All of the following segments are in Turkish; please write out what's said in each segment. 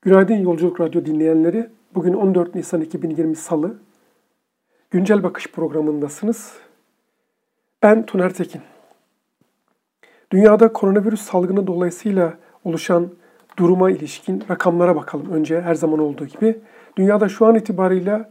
Günaydın Yolculuk Radyo dinleyenleri. Bugün 14 Nisan 2020 Salı. Güncel Bakış programındasınız. Ben Tuner Tekin. Dünyada koronavirüs salgını dolayısıyla oluşan duruma ilişkin rakamlara bakalım. Önce her zaman olduğu gibi. Dünyada şu an itibarıyla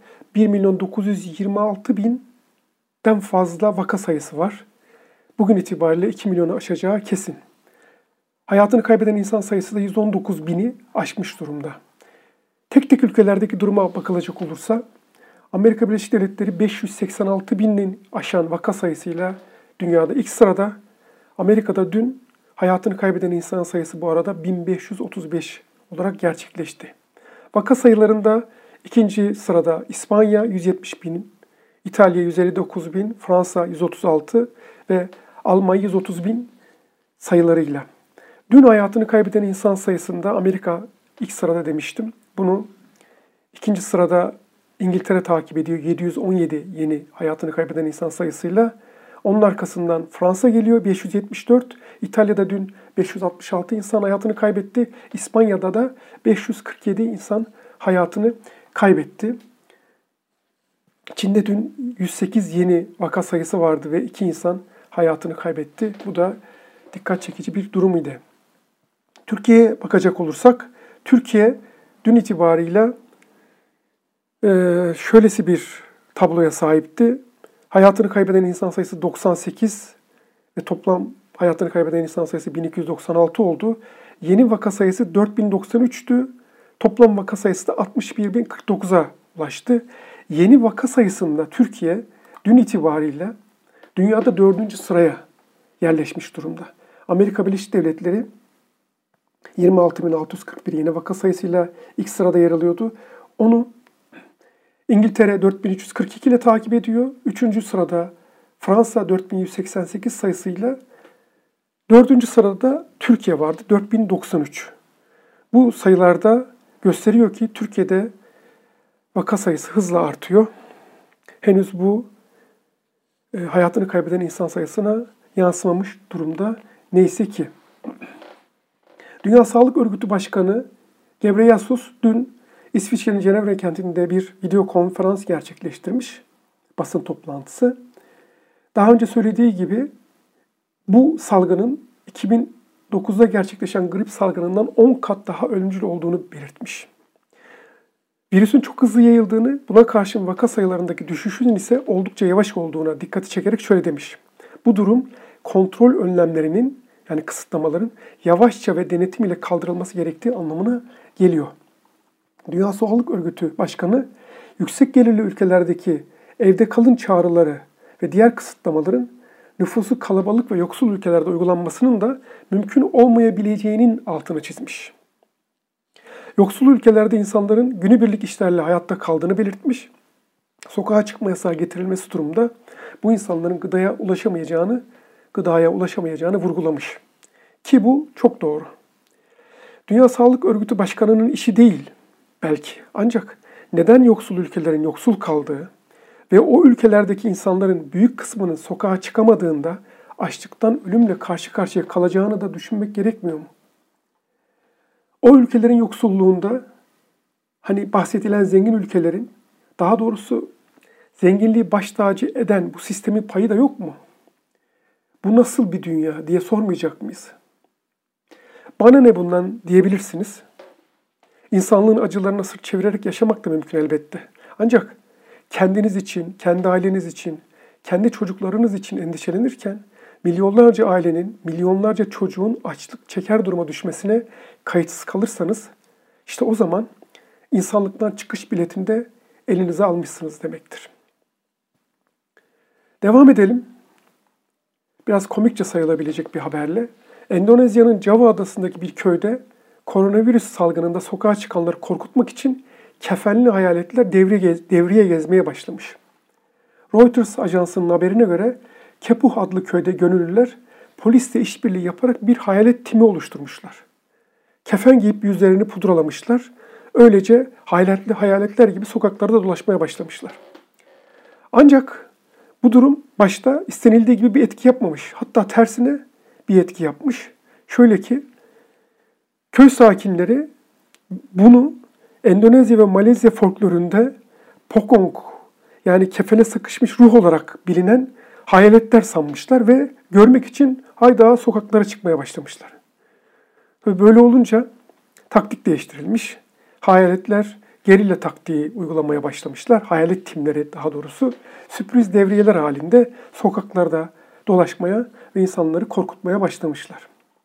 1.926.000'den fazla vaka sayısı var. Bugün itibariyle 2 milyonu aşacağı kesin. Hayatını kaybeden insan sayısı da 119.000'i aşmış durumda. Tek tek ülkelerdeki duruma bakılacak olursa Amerika Birleşik Devletleri 586.000'in aşan vaka sayısıyla dünyada ilk sırada. Amerika'da dün hayatını kaybeden insan sayısı bu arada 1535 olarak gerçekleşti. Vaka sayılarında ikinci sırada İspanya 170.000, İtalya 159.000, Fransa 136 ve Almanya 130.000 sayılarıyla. Dün hayatını kaybeden insan sayısında Amerika ilk sırada demiştim. Bunu ikinci sırada İngiltere takip ediyor 717 yeni hayatını kaybeden insan sayısıyla. Onun arkasından Fransa geliyor 574. İtalya'da dün 566 insan hayatını kaybetti. İspanya'da da 547 insan hayatını kaybetti. Çin'de dün 108 yeni vaka sayısı vardı ve 2 insan hayatını kaybetti. Bu da dikkat çekici bir durum idi. Türkiye'ye bakacak olursak, Türkiye dün itibarıyla şöylesi bir tabloya sahipti. Hayatını kaybeden insan sayısı 98 ve toplam hayatını kaybeden insan sayısı 1296 oldu. Yeni vaka sayısı 4093'tü. Toplam vaka sayısı da 61.049'a ulaştı. Yeni vaka sayısında Türkiye dün itibariyle dünyada 4. sıraya yerleşmiş durumda. Amerika Birleşik Devletleri 26.641 yeni vaka sayısıyla ilk sırada yer alıyordu. Onu İngiltere 4.342 ile takip ediyor. 3. sırada Fransa 4.188 sayısıyla. 4. sırada Türkiye vardı 4.093. Bu sayılarda gösteriyor ki Türkiye'de vaka sayısı hızla artıyor. Henüz bu hayatını kaybeden insan sayısına yansımamış durumda. Neyse ki. Dünya Sağlık Örgütü Başkanı Gebreyesus dün İsviçre'nin Cenevre kentinde bir video konferans gerçekleştirmiş, basın toplantısı. Daha önce söylediği gibi bu salgının 2009'da gerçekleşen grip salgınından 10 kat daha ölümcül olduğunu belirtmiş. Virüsün çok hızlı yayıldığını, buna karşın vaka sayılarındaki düşüşün ise oldukça yavaş olduğuna dikkati çekerek şöyle demiş. Bu durum kontrol önlemlerinin, yani kısıtlamaların yavaşça ve denetim ile kaldırılması gerektiği anlamına geliyor. Dünya Sağlık Örgütü Başkanı, yüksek gelirli ülkelerdeki evde kalın çağrıları ve diğer kısıtlamaların nüfusu kalabalık ve yoksul ülkelerde uygulanmasının da mümkün olmayabileceğinin altını çizmiş. Yoksul ülkelerde insanların günübirlik işlerle hayatta kaldığını belirtmiş. Sokağa çıkma yasağı getirilmesi durumunda bu insanların gıdaya ulaşamayacağını vurgulamış. Ki bu çok doğru. Dünya Sağlık Örgütü Başkanı'nın işi değil belki. Ancak neden yoksul ülkelerin yoksul kaldığı ve o ülkelerdeki insanların büyük kısmının sokağa çıkamadığında açlıktan ölümle karşı karşıya kalacağını da düşünmek gerekmiyor mu? O ülkelerin yoksulluğunda bahsedilen zengin ülkelerin, daha doğrusu zenginliği baş tacı eden bu sistemin payı da yok mu? Bu nasıl bir dünya diye sormayacak mıyız? Bana ne bundan diyebilirsiniz. İnsanlığın acılarına sırt çevirerek yaşamak da mümkün elbette. Ancak kendiniz için, kendi aileniz için, kendi çocuklarınız için endişelenirken milyonlarca ailenin, milyonlarca çocuğun açlık çeker duruma düşmesine kayıtsız kalırsanız işte o zaman insanlıktan çıkış biletini de elinize almışsınız demektir. Devam edelim. Biraz komikçe sayılabilecek bir haberle. Endonezya'nın Java adasındaki bir köyde koronavirüs salgınında sokağa çıkanları korkutmak için kefenli hayaletler devriye gezmeye başlamış. Reuters ajansının haberine göre Kepuh adlı köyde gönüllüler polisle işbirliği yaparak bir hayalet timi oluşturmuşlar. Kefen giyip yüzlerini pudralamışlar. Öylece hayaletler gibi sokaklarda dolaşmaya başlamışlar. Ancak bu durum başta istenildiği gibi bir etki yapmamış. Hatta tersine bir etki yapmış. Şöyle ki köy sakinleri Bunu Endonezya ve Malezya folklorunda pokong, yani kefene sıkışmış ruh olarak bilinen hayaletler sanmışlar ve görmek için hayda sokaklara çıkmaya başlamışlar. Tabii böyle olunca taktik değiştirilmiş. Hayaletler gerilla taktiği uygulamaya başlamışlar. Hayalet timleri daha doğrusu sürpriz devriyeler halinde sokaklarda dolaşmaya ve insanları korkutmaya başlamışlar.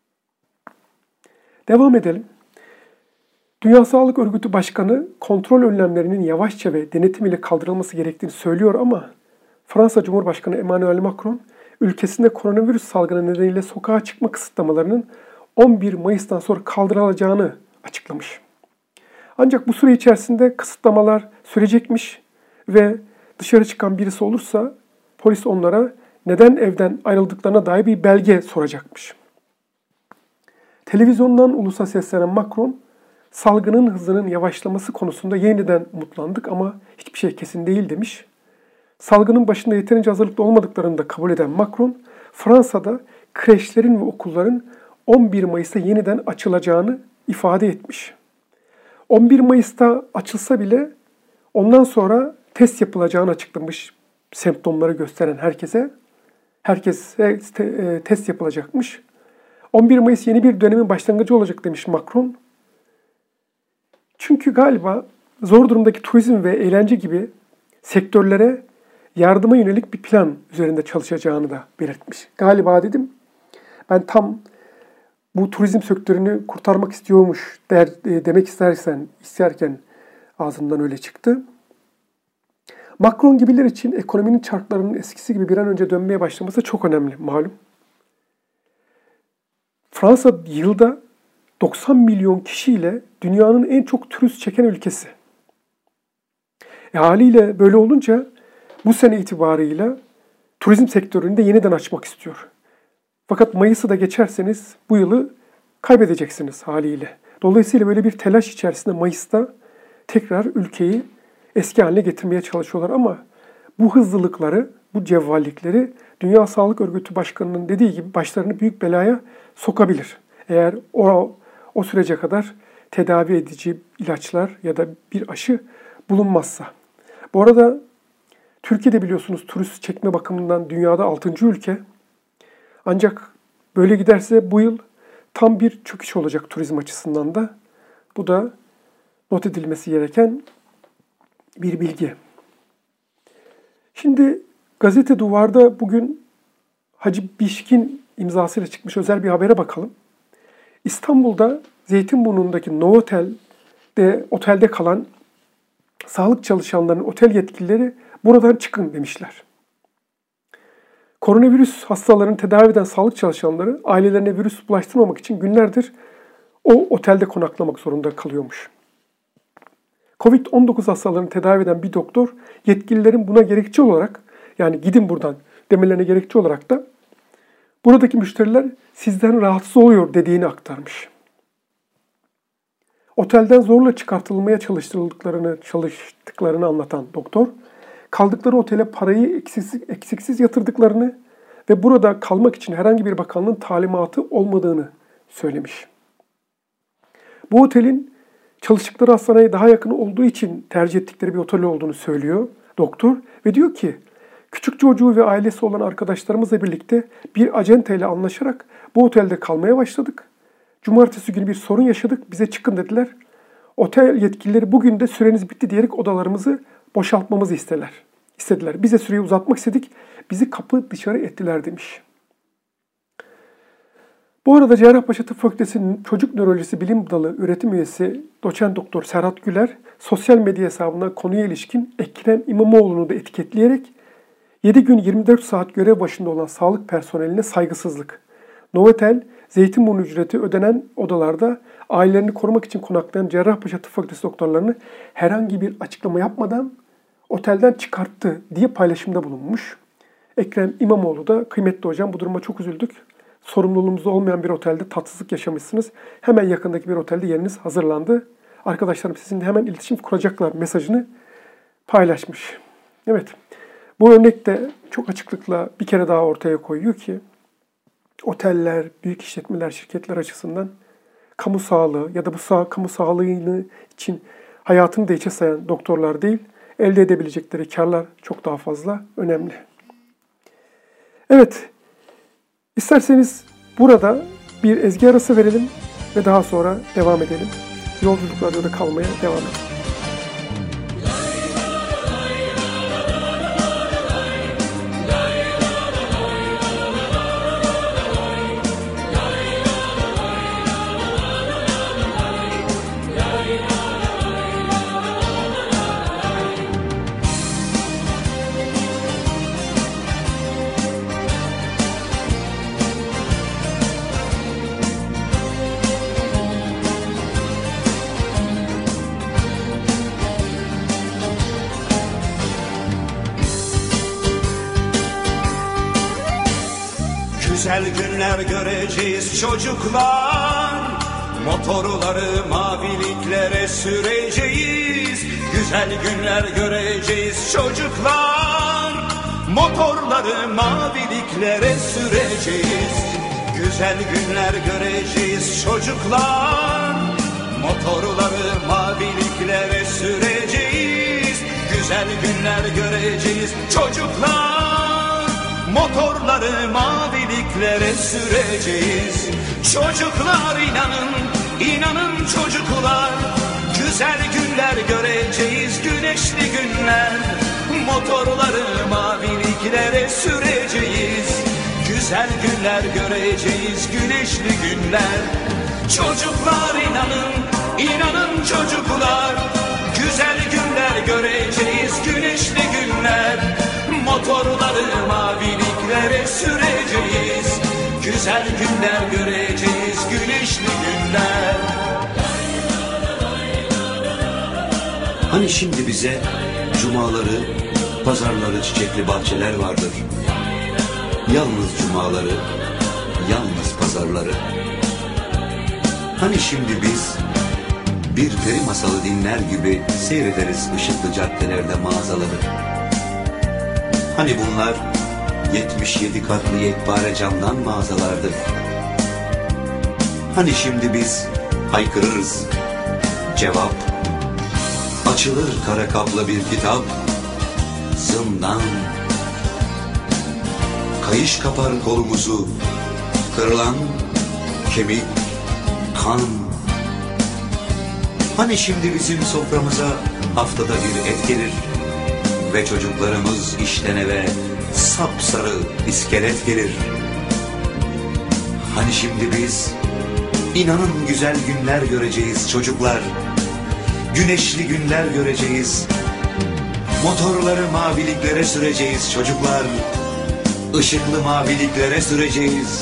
Devam edelim. Dünya Sağlık Örgütü Başkanı kontrol önlemlerinin yavaşça ve denetim ile kaldırılması gerektiğini söylüyor ama Fransa Cumhurbaşkanı Emmanuel Macron ülkesinde koronavirüs salgını nedeniyle sokağa çıkma kısıtlamalarının 11 Mayıs'tan sonra kaldırılacağını açıklamış. Ancak bu süre içerisinde kısıtlamalar sürecekmiş ve dışarı çıkan birisi olursa polis onlara neden evden ayrıldıklarına dair bir belge soracakmış. Televizyondan ulusa seslenen Macron, salgının hızının yavaşlaması konusunda yeniden umutlandık ama hiçbir şey kesin değil demiş. Salgının başında yeterince hazırlıklı olmadıklarını da kabul eden Macron, Fransa'da kreşlerin ve okulların 11 Mayıs'ta yeniden açılacağını ifade etmiş. 11 Mayıs'ta açılsa bile ondan sonra test yapılacağını açıklamış semptomları gösteren herkese. Herkese test yapılacakmış. 11 Mayıs yeni bir dönemin başlangıcı olacak demiş Macron. Çünkü galiba zor durumdaki turizm ve eğlence gibi sektörlere yardıma yönelik bir plan üzerinde çalışacağını da belirtmiş. Galiba dedim, ben tam bu turizm sektörünü kurtarmak istiyormuş demek isterken ağzımdan öyle çıktı. Macron gibiler için ekonominin çarklarının eskisi gibi bir an önce dönmeye başlaması çok önemli malum. Fransa yılda 90 milyon kişiyle dünyanın en çok turist çeken ülkesi. Haliyle böyle olunca bu sene itibarıyla turizm sektörünü de yeniden açmak istiyor. Fakat Mayıs'ı da geçerseniz bu yılı kaybedeceksiniz haliyle. Dolayısıyla böyle bir telaş içerisinde Mayıs'ta tekrar ülkeyi eski haline getirmeye çalışıyorlar ama bu hızlılıkları, bu cevvallikleri Dünya Sağlık Örgütü Başkanı'nın dediği gibi başlarını büyük belaya sokabilir. Eğer o sürece kadar tedavi edici ilaçlar ya da bir aşı bulunmazsa. Bu arada Türkiye'de biliyorsunuz turist çekme bakımından dünyada 6. ülke. Ancak böyle giderse bu yıl tam bir çöküş olacak turizm açısından da. Bu da not edilmesi gereken bir bilgi. Şimdi Gazete Duvar'da bugün Hacı Bişkin imzasıyla çıkmış özel bir habere bakalım. İstanbul'da Zeytinburnu'ndaki Novotel'de otelde kalan sağlık çalışanlarının otel yetkilileri buradan çıkın demişler. Koronavirüs hastalarını tedavi eden sağlık çalışanları ailelerine virüs bulaştırmamak için günlerdir o otelde konaklamak zorunda kalıyormuş. Covid-19 hastalarını tedavi eden bir doktor yetkililerin buna gerekçe olarak, yani gidin buradan demelerine gerekçe olarak da buradaki müşteriler sizden rahatsız oluyor dediğini aktarmış. Otelden zorla çıkartılmaya çalıştıklarını anlatan doktor, kaldıkları otele parayı eksiksiz yatırdıklarını ve burada kalmak için herhangi bir bakanlığın talimatı olmadığını söylemiş. Bu otelin çalıştıkları hastaneye daha yakın olduğu için tercih ettikleri bir otel olduğunu söylüyor doktor ve diyor ki, küçük çocuğu ve ailesi olan arkadaşlarımızla birlikte bir acenteyle anlaşarak bu otelde kalmaya başladık. Cumartesi günü bir sorun yaşadık, bize çıkın dediler. Otel yetkilileri bugün de süreniz bitti diyerek odalarımızı boşaltmamızı istediler. Bize süreyi uzatmak istedik, bizi kapı dışarı ettiler demiş. Bu arada Cerrahpaşa Tıp Fakültesi'nin Çocuk Nörolojisi Bilim Dalı öğretim üyesi doçent doktor Serhat Güler, sosyal medya hesabına konuya ilişkin Ekrem İmamoğlu'nu da etiketleyerek 7 gün 24 saat görev başında olan sağlık personeline saygısızlık. Novotel, Zeytinburnu ücreti ödenen odalarda ailelerini korumak için konaklayan Cerrahpaşa Tıp Fakültesi doktorlarını herhangi bir açıklama yapmadan otelden çıkarttı diye paylaşımda bulunmuş. Ekrem İmamoğlu da, kıymetli hocam bu duruma çok üzüldük. Sorumluluğumuzda olmayan bir otelde tatsızlık yaşamışsınız. Hemen yakındaki bir otelde yeriniz hazırlandı. Arkadaşlarım sizinle hemen iletişim kuracaklar mesajını paylaşmış. Evet, bu örnek de çok açıklıkla bir kere daha ortaya koyuyor ki oteller, büyük işletmeler, şirketler açısından kamu sağlığı ya da bu kamu sağlığını için hayatını da hiçe sayan doktorlar değil, elde edebilecekleri karlar çok daha fazla önemli. Evet, isterseniz burada bir ezgi arası verelim ve daha sonra devam edelim. Yolculuk Radyo'da kalmaya devam edelim. Güzel günler göreceğiz çocuklar, motorları maviliklere süreceğiz. Güzel günler göreceğiz çocuklar, motorları maviliklere süreceğiz. Güzel günler göreceğiz çocuklar, motorları maviliklere süreceğiz. Güzel günler göreceğiz çocuklar, motorları maviliklere süreceğiz. Çocuklar inanın, inanın çocuklar, güzel günler göreceğiz, güneşli günler. Motorları maviliklere süreceğiz. Güzel günler göreceğiz, güneşli günler. Çocuklar inanın, inanın çocuklar, güzel günler göreceğiz, güneşli günler. Motorları maviliklere süreceğiz. Güzel günler göreceğiz, güneşli günler. Hani şimdi bize cumaları, pazarları, çiçekli bahçeler vardır. Yalnız cumaları, yalnız pazarları. Hani şimdi biz bir peri masalı dinler gibi seyrederiz ışıklı caddelerde mağazaları. Hani bunlar 77 katlı yekpare camdan mağazalardır. Hani şimdi biz haykırırız, cevap, açılır kara kaplı bir kitap, zindan. Kayış kapar kolumuzu, kırılan kemik, kan. Hani şimdi bizim soframıza haftada bir et gelir ve çocuklarımız işten eve sapsarı iskelet gelir. Hani şimdi biz inanın güzel günler göreceğiz çocuklar, güneşli günler göreceğiz. Motorları maviliklere süreceğiz çocuklar, ışıklı maviliklere süreceğiz.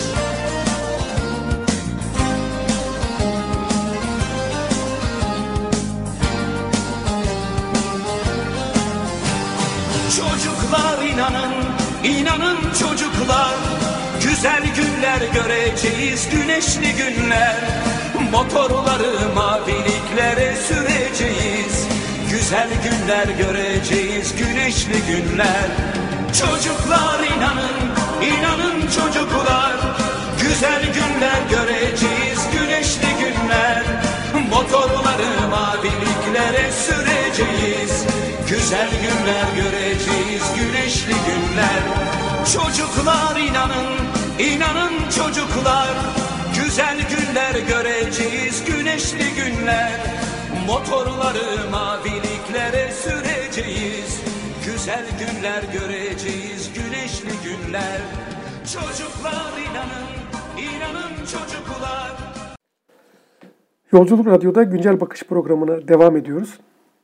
Çocuklar inanın, inanın çocuklar, güzel günler göreceğiz, güneşli günler. Motorları maviliklere süreceğiz. Güzel günler göreceğiz, güneşli günler. Çocuklar inanın, inanın çocuklar, güzel günler göreceğiz, güneşli günler. Motorları maviliklere süreceğiz. Güzel günler göreceğiz, güneşli günler. Çocuklar inanın, inanın çocuklar, güzel günler göreceğiz, güneşli günler. Motorları maviliklere süreceğiz. Güzel günler göreceğiz, güneşli günler. Çocuklar inanın, inanın çocuklar. Yolculuk Radyo'da Güncel Bakış programına devam ediyoruz.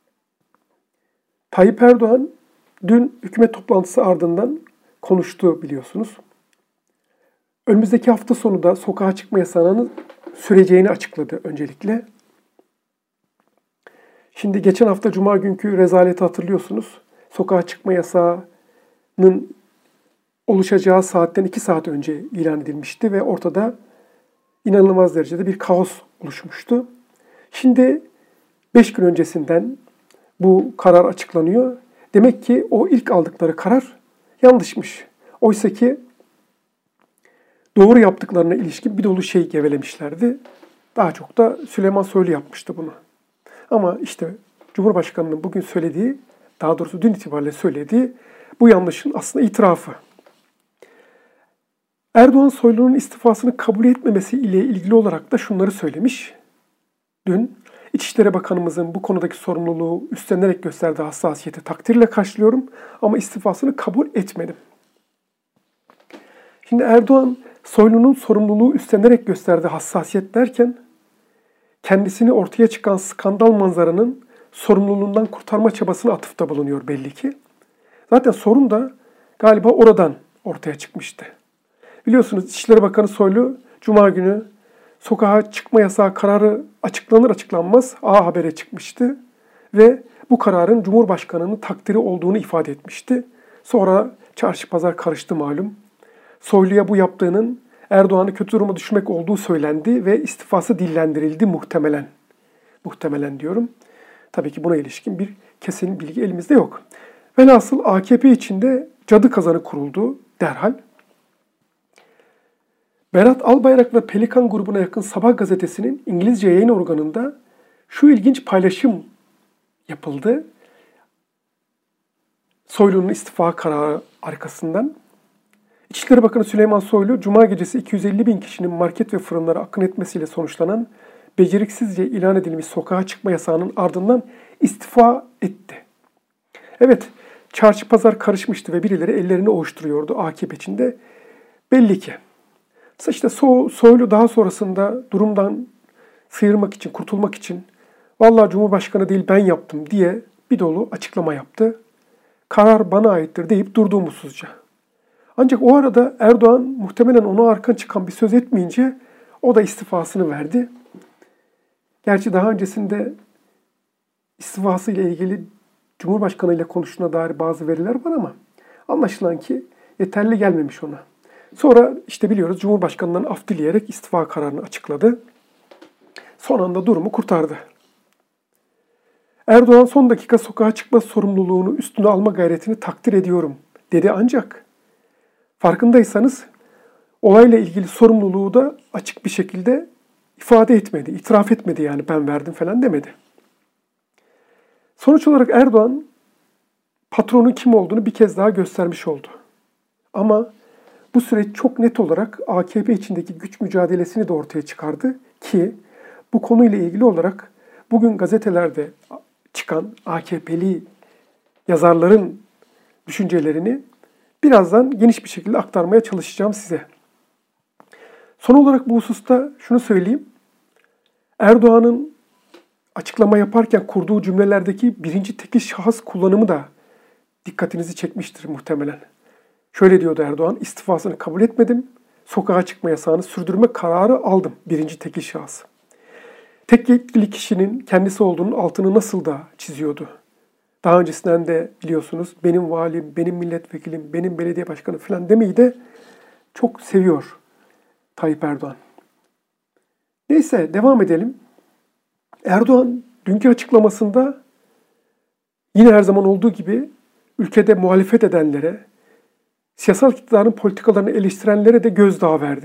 Tayyip Erdoğan dün hükümet toplantısı ardından konuştu biliyorsunuz. Önümüzdeki hafta sonu da sokağa çıkma yasağının süreceğini açıkladı öncelikle. Şimdi geçen hafta Cuma günkü rezaleti hatırlıyorsunuz. Sokağa çıkma yasağının oluşacağı saatten 2 saat önce ilan edilmişti ve ortada inanılmaz derecede bir kaos oluşmuştu. Şimdi 5 gün öncesinden bu karar açıklanıyor. Demek ki o ilk aldıkları karar yanlışmış. Oysa ki doğru yaptıklarına ilişkin bir dolu şey gevelemişlerdi. Daha çok da Süleyman Soylu yapmıştı bunu. Ama işte Cumhurbaşkanı'nın bugün söylediği, daha doğrusu dün itibariyle söylediği bu yanlışın aslında itirafı. Erdoğan Soylu'nun istifasını kabul etmemesi ile ilgili olarak da şunları söylemiş. Dün İçişleri Bakanımızın bu konudaki sorumluluğu üstlenerek gösterdiği hassasiyeti takdirle karşılıyorum ama istifasını kabul etmedim. Şimdi Erdoğan Soylu'nun sorumluluğu üstlenerek gösterdiği hassasiyet derken kendisini ortaya çıkan skandal manzaranın sorumluluğundan kurtarma çabasına atıfta bulunuyor belli ki. Zaten sorun da galiba oradan ortaya çıkmıştı. Biliyorsunuz İçişleri Bakanı Soylu Cuma günü sokağa çıkma yasağı kararı açıklanır açıklanmaz A Haber'e çıkmıştı ve bu kararın Cumhurbaşkanı'nın takdiri olduğunu ifade etmişti. Sonra çarşı pazar karıştı malum. Soylu'ya bu yaptığının Erdoğan'ı kötü duruma düşürmek olduğu söylendi ve istifası dillendirildi muhtemelen. Muhtemelen diyorum. Tabii ki buna ilişkin bir kesin bilgi elimizde yok. Velhasıl AKP içinde cadı kazanı kuruldu derhal. Berat Albayrak ve Pelikan grubuna yakın Sabah gazetesinin İngilizce yayın organında şu ilginç paylaşım yapıldı. Soylu'nun istifa kararı arkasından. İçişleri Bakanı Süleyman Soylu, Cuma gecesi 250 bin kişinin market ve fırınlara akın etmesiyle sonuçlanan beceriksizce ilan edilmiş sokağa çıkma yasağının ardından istifa etti. Evet, çarşı pazar karışmıştı ve birileri ellerini ovuşturuyordu AKP içinde. Belli ki. İşte Soylu daha sonrasında durumdan sıyırmak için, kurtulmak için vallahi Cumhurbaşkanı değil ben yaptım diye bir dolu açıklama yaptı. Karar bana aittir deyip durdu umutsuzca. Ancak o arada Erdoğan muhtemelen ona arkan çıkan bir söz etmeyince o da istifasını verdi. Gerçi daha öncesinde istifası ile ilgili Cumhurbaşkanı ile konuştuğuna dair bazı veriler var ama anlaşılan ki yeterli gelmemiş ona. Sonra işte biliyoruz Cumhurbaşkanı'ndan af dileyerek istifa kararını açıkladı. Son anda durumu kurtardı. Erdoğan son dakika sokağa çıkma sorumluluğunu üstüne alma gayretini takdir ediyorum dedi ancak farkındaysanız olayla ilgili sorumluluğu da açık bir şekilde ifade etmedi, itiraf etmedi yani ben verdim falan demedi. Sonuç olarak Erdoğan patronun kim olduğunu bir kez daha göstermiş oldu. Ama bu süreç çok net olarak AKP içindeki güç mücadelesini de ortaya çıkardı ki bu konuyla ilgili olarak bugün gazetelerde çıkan AKP'li yazarların düşüncelerini birazdan geniş bir şekilde aktarmaya çalışacağım size. Son olarak bu hususta şunu söyleyeyim. Erdoğan'ın açıklama yaparken kurduğu cümlelerdeki birinci tekil şahıs kullanımı da dikkatinizi çekmiştir muhtemelen. Şöyle diyordu Erdoğan, istifasını kabul etmedim, sokağa çıkma yasağını sürdürme kararı aldım, birinci tekil şahıs. Tek yetkili kişinin kendisi olduğunun altını nasıl da çiziyordu. Daha öncesinden de biliyorsunuz benim valim, benim milletvekilim, benim belediye başkanı falan demeyi de çok seviyor Tayyip Erdoğan. Neyse devam edelim. Erdoğan dünkü açıklamasında yine her zaman olduğu gibi ülkede muhalefet edenlere, siyasal iktidarın politikalarını eleştirenlere de gözdağı verdi.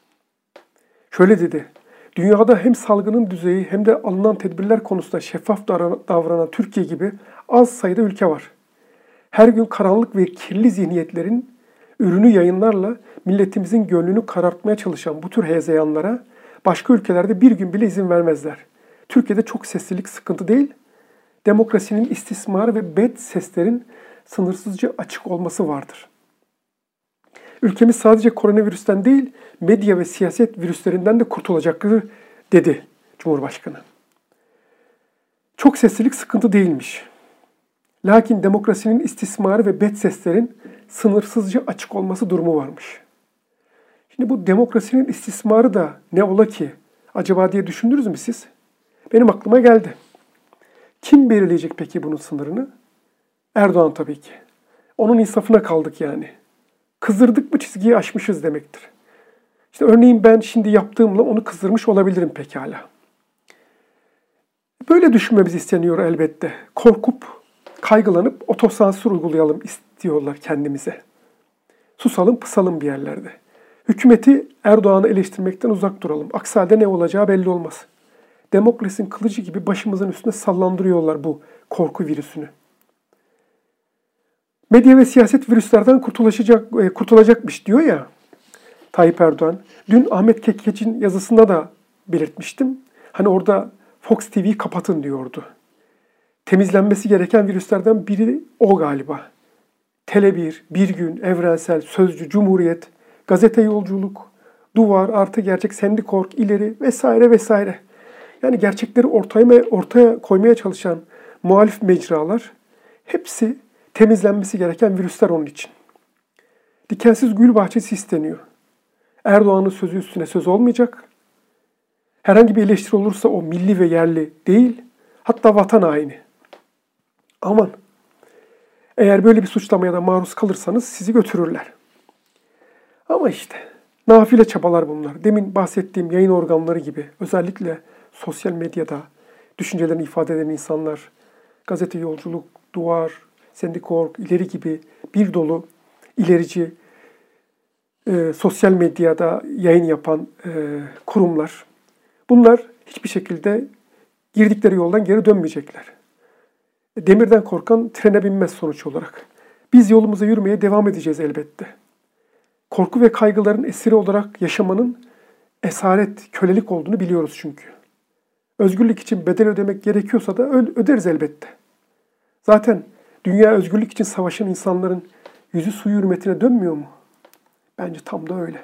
Şöyle dedi, dünyada hem salgının düzeyi hem de alınan tedbirler konusunda şeffaf davranan Türkiye gibi az sayıda ülke var. Her gün karanlık ve kirli zihniyetlerin ürünü yayınlarla milletimizin gönlünü karartmaya çalışan bu tür hezeyanlara başka ülkelerde bir gün bile izin vermezler. Türkiye'de çok seslilik sıkıntı değil, demokrasinin istismarı ve bed seslerin sınırsızca açık olması vardır. Ülkemiz sadece koronavirüsten değil, medya ve siyaset virüslerinden de kurtulacaktır, dedi Cumhurbaşkanı. Çok seslilik sıkıntı değilmiş. Lakin demokrasinin istismarı ve bed seslerin sınırsızca açık olması durumu varmış. Şimdi bu demokrasinin istismarı da ne ola ki acaba diye düşündünüz mü siz? Benim aklıma geldi. Kim belirleyecek peki bunun sınırını? Erdoğan tabii ki. Onun insafına kaldık yani. Kızdırdık mı çizgiyi aşmışız demektir. İşte örneğin ben şimdi yaptığımla onu kızdırmış olabilirim pekala. Böyle düşünmemiz isteniyor elbette. Korkup, kaygılanıp otosansür uygulayalım istiyorlar kendimize. Susalım, pısalım bir yerlerde. Hükümeti Erdoğan'ı eleştirmekten uzak duralım. Aksi halde ne olacağı belli olmaz. Demokrasinin kılıcı gibi başımızın üstüne sallandırıyorlar bu korku virüsünü. Medya ve siyaset virüslerden kurtulacakmış diyor ya Tayyip Erdoğan. Dün Ahmet Kekeç'in yazısında da belirtmiştim. Hani orada Fox TV'yi kapatın diyordu. Temizlenmesi gereken virüslerden biri o galiba. Tele1, Bir Gün, Evrensel, Sözcü, Cumhuriyet, Gazete Yolculuk, Duvar, Artı Gerçek, Sendikork, İleri vesaire vesaire. Yani gerçekleri ortaya koymaya çalışan muhalif mecralar hepsi temizlenmesi gereken virüsler onun için. Dikensiz gül bahçesi isteniyor. Erdoğan'ın sözü üstüne söz olmayacak. Herhangi bir eleştiri olursa o milli ve yerli değil, hatta vatan haini. Aman, eğer böyle bir suçlamaya da maruz kalırsanız sizi götürürler. Ama işte nafile çabalar bunlar. Demin bahsettiğim yayın organları gibi özellikle sosyal medyada düşüncelerini ifade eden insanlar, Gazete Yolculuk, Duvar, Sendikork, İleri gibi bir dolu ilerici sosyal medyada yayın yapan kurumlar. Bunlar hiçbir şekilde girdikleri yoldan geri dönmeyecekler. Demirden korkan trene binmez sonuç olarak. Biz yolumuza yürümeye devam edeceğiz elbette. Korku ve kaygıların esiri olarak yaşamanın esaret, kölelik olduğunu biliyoruz çünkü. Özgürlük için bedel ödemek gerekiyorsa da öderiz elbette. Zaten dünya özgürlük için savaşan insanların yüzü suyu hürmetine dönmüyor mu? Bence tam da öyle.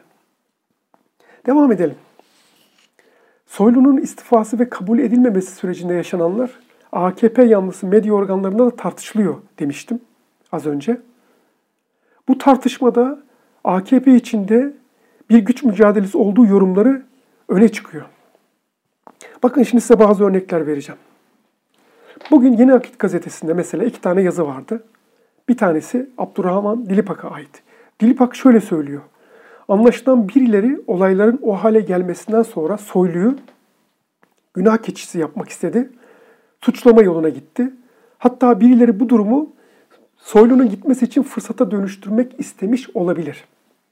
Devam edelim. Soylu'nun istifası ve kabul edilmemesi sürecinde yaşananlar AKP yanlısı medya organlarında da tartışılıyor demiştim az önce. Bu tartışmada AKP içinde bir güç mücadelesi olduğu yorumları öne çıkıyor. Bakın şimdi size bazı örnekler vereceğim. Bugün Yeni Akit gazetesinde mesela 2 tane yazı vardı. Bir tanesi Abdurrahman Dilipak'a ait. Dilipak şöyle söylüyor. Anlaşılan birileri olayların o hale gelmesinden sonra Soylu'yu günah keçisi yapmak istedi. Suçlama yoluna gitti. Hatta birileri bu durumu Soylu'nun gitmesi için fırsata dönüştürmek istemiş olabilir.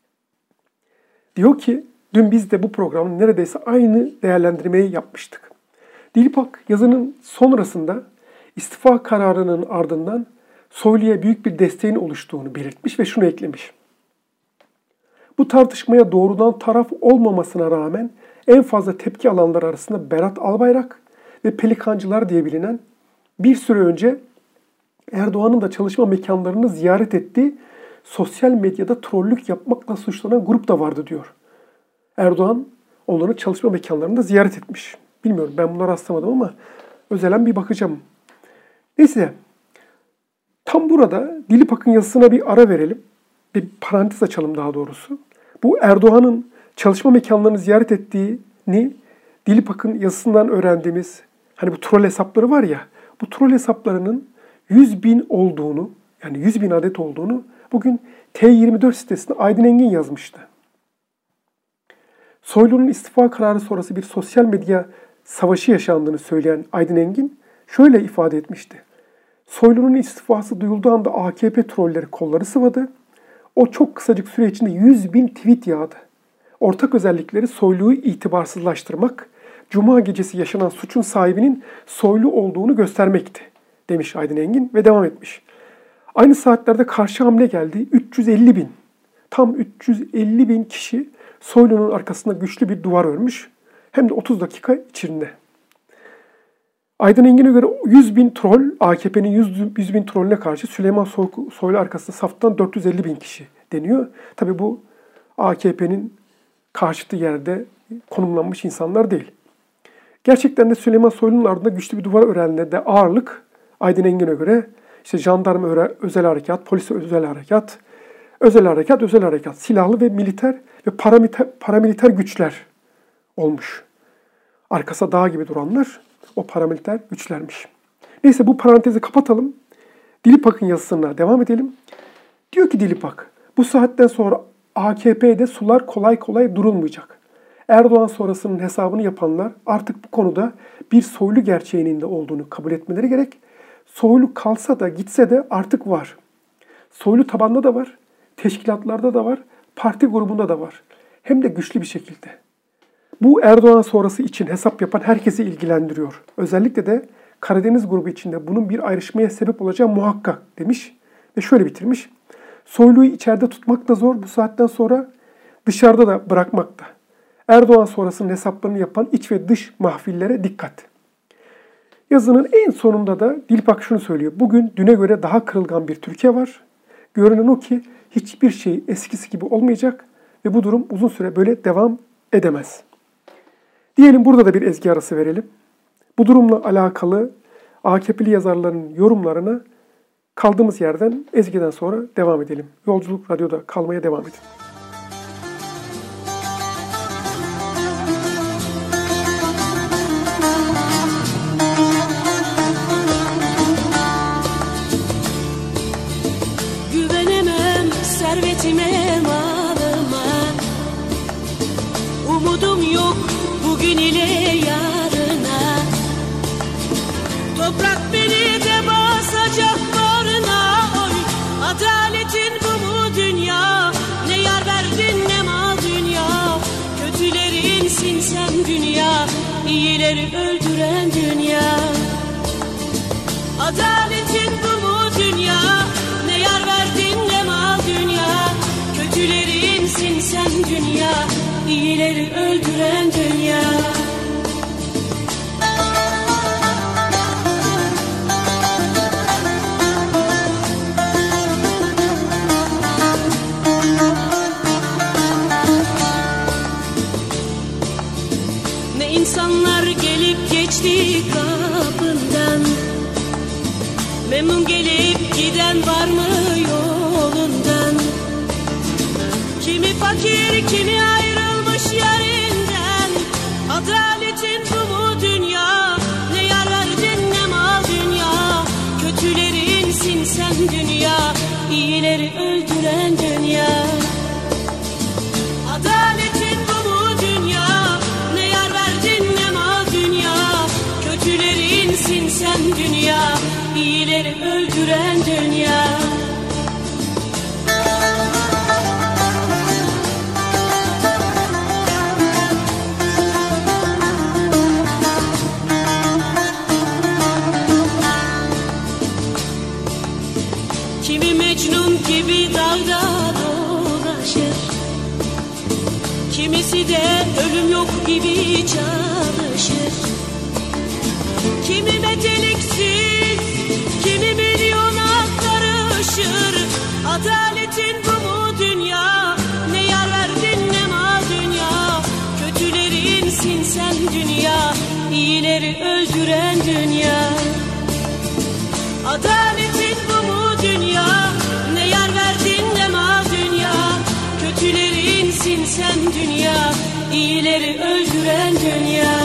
Diyor ki, dün biz de bu programın neredeyse aynı değerlendirmeyi yapmıştık. Dilipak yazının sonrasında istifa kararının ardından Soylu'ya büyük bir desteğin oluştuğunu belirtmiş ve şunu eklemiş. Bu tartışmaya doğrudan taraf olmamasına rağmen en fazla tepki alanlar arasında Berat Albayrak ve Pelikancılar diye bilinen bir süre önce Erdoğan'ın da çalışma mekanlarını ziyaret ettiği sosyal medyada trollük yapmakla suçlanan grup da vardı diyor. Erdoğan onların çalışma mekanlarını da ziyaret etmiş. Bilmiyorum, ben bunlara rastlamadım ama özelen bir bakacağım. Neyse, tam burada Dilipak'ın yazısına bir ara verelim. Bir parantez açalım daha doğrusu. Bu Erdoğan'ın çalışma mekanlarını ziyaret ettiğini Dilipak'ın yazısından öğrendiğimiz hani bu troll hesapları var ya, bu troll hesaplarının 100.000 olduğunu, yani 100.000 adet olduğunu bugün T24 sitesinde Aydın Engin yazmıştı. Soylu'nun istifa kararı sonrası bir sosyal medya savaşı yaşandığını söyleyen Aydın Engin şöyle ifade etmişti. Soylu'nun istifası duyulduğu anda AKP trolleri kolları sıvadı. O çok kısacık süre içinde 100.000 tweet yağdı. Ortak özellikleri Soylu'yu itibarsızlaştırmak, Cuma gecesi yaşanan suçun sahibinin Soylu olduğunu göstermekti, demiş Aydın Engin ve devam etmiş. Aynı saatlerde karşı hamle geldi. 350.000, tam 350.000 kişi Soylu'nun arkasında güçlü bir duvar örmüş. Hem de 30 dakika içinde. Aydın Engin'e göre 100.000 troll, AKP'nin 100.000 trollüne karşı Süleyman Soylu arkasında saftan 450.000 kişi deniyor. Tabii bu AKP'nin karşıtı yerde konumlanmış insanlar değil. Gerçekten de Süleyman Soylu'nun ardında güçlü bir duvar örenlerinde de ağırlık Aydın Engin'e göre işte jandarma özel harekat, polis özel harekat, özel harekat, silahlı ve militer ve paramiliter güçler olmuş. Arkasında dağ gibi duranlar o paramiliter güçlermiş. Neyse, bu parantezi kapatalım. Dilipak'ın yazısına devam edelim. Diyor ki Dilipak, bu saatten sonra AKP'de sular kolay kolay durulmayacak. Erdoğan sonrasının hesabını yapanlar artık bu konuda bir Soylu gerçeğinin de olduğunu kabul etmeleri gerek. Soylu kalsa da gitse de artık var. Soylu tabanda da var, teşkilatlarda da var, parti grubunda da var. hem de güçlü bir şekilde. Bu Erdoğan sonrası için hesap yapan herkesi ilgilendiriyor. Özellikle de Karadeniz grubu içinde bunun bir ayrışmaya sebep olacağı muhakkak demiş ve şöyle bitirmiş. Soylu'yu içeride tutmak da zor bu saatten sonra, dışarıda da bırakmak da. Erdoğan sonrasının hesaplarını yapan iç ve dış mahfillere dikkat. Yazının en sonunda da Dilipak şunu söylüyor. Bugün düne göre daha kırılgan bir Türkiye var. Görünen o ki hiçbir şey eskisi gibi olmayacak ve bu durum uzun süre böyle devam edemez. Diyelim burada da bir ezgi arası verelim. Bu durumla alakalı AKP'li yazarların yorumlarına kaldığımız yerden ezgiden sonra devam edelim. Yolculuk Radyo'da kalmaya devam edin. Güvenemem servetime, malıma. Umudum yok bugün ile yarına. Toprak beni de basacak bağrına, oy. Adaletin bu mu dünya? Ne yar verdin ne mal dünya. Kötülerinsin sen dünya, iyileri öldüren dünya. Adaletin bu mu dünya? Ne yar verdin ne mal dünya. Kötülerinsin sen dünya, iyileri öldüren dünya. Ne insanlar gelip geçti kapından, memnun gelip giden var mı yolundan? Kimi fakir kimi ayrılmış yerinden. Adaletin bu mu dünya? Ne yar verdin ne mal dünya. Kötülerinsin sen dünya, iyileri öldüren dünya. Adaletin bu mu dünya? Ne yar verdin ne mal dünya. Kötülerinsin sen dünya, iyileri öldüren dünya. Kimi Mecnun gibi dağda dolaşır, kimisi de ölüm yok gibi çalışır. Kimi meteliksiz, kimi milyona karışır. Adaletin bu mu dünya? Ne yar verdin ne mal dünya. Kötülerinsin sen dünya, iyileri öldüren dünya. Adaletin bu mu dünya? Ne yar verdin ne mal dünya. Kötülerinsin sen dünya, iyileri öldüren dünya.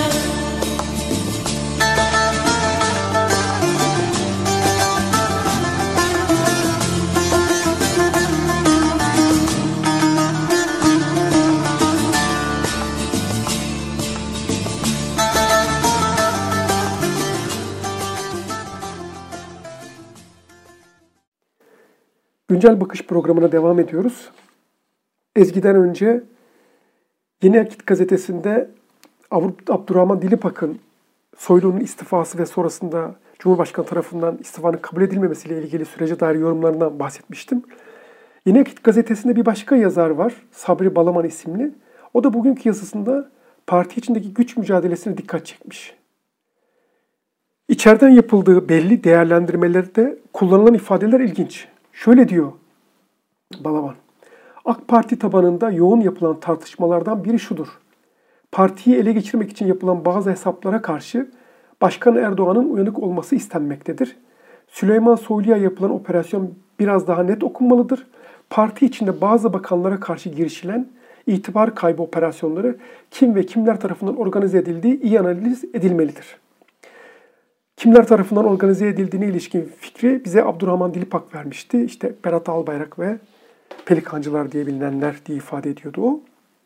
Güncel Bakış programına devam ediyoruz. Ezgi'den önce Yeni Akit gazetesinde Abdurrahman Dilipak'ın Soylu'nun istifası ve sonrasında Cumhurbaşkanı tarafından istifanın kabul edilmemesiyle ilgili sürece dair yorumlarından bahsetmiştim. Yeni Akit gazetesinde bir başka yazar var, Sabri Balaman isimli. O da bugünkü yazısında parti içindeki güç mücadelesine dikkat çekmiş. İçeriden yapıldığı belli değerlendirmelerde kullanılan ifadeler ilginç. Şöyle diyor Balaban. AK Parti tabanında yoğun yapılan tartışmalardan biri şudur. Partiyi ele geçirmek için yapılan bazı hesaplara karşı Başkan Erdoğan'ın uyanık olması istenmektedir. Süleyman Soylu'ya yapılan operasyon biraz daha net okunmalıdır. Parti içinde bazı bakanlara karşı girişilen itibar kaybı operasyonları kim ve kimler tarafından organize edildiği iyi analiz edilmelidir. Kimler tarafından organize edildiğine ilişkin fikri bize Abdurrahman Dilipak vermişti. İşte Berat Albayrak ve Pelikancılar diye bilinenler diye ifade ediyordu o.